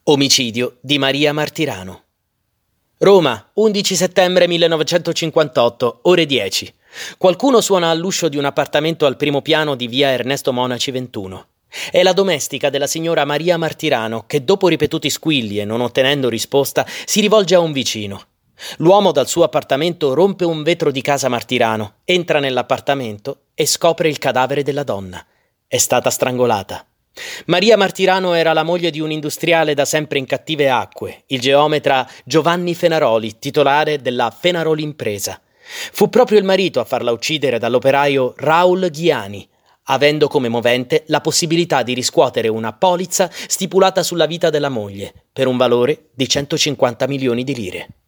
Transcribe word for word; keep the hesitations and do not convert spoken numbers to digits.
Omicidio di Maria Martirano. Roma, undici settembre millenovecentocinquantotto, ore dieci. Qualcuno suona all'uscio di un appartamento al primo piano di via Ernesto Monaci ventuno. È la domestica della signora Maria Martirano che, dopo ripetuti squilli e non ottenendo risposta, si rivolge a un vicino. L'uomo dal suo appartamento rompe un vetro di casa Martirano, entra nell'appartamento e scopre il cadavere della donna. È stata strangolata. Maria Martirano era la moglie di un industriale da sempre in cattive acque, il geometra Giovanni Fenaroli, titolare della Fenaroli Impresa. Fu proprio il marito a farla uccidere dall'operaio Raul Ghiani, avendo come movente la possibilità di riscuotere una polizza stipulata sulla vita della moglie, per un valore di centocinquanta milioni di lire.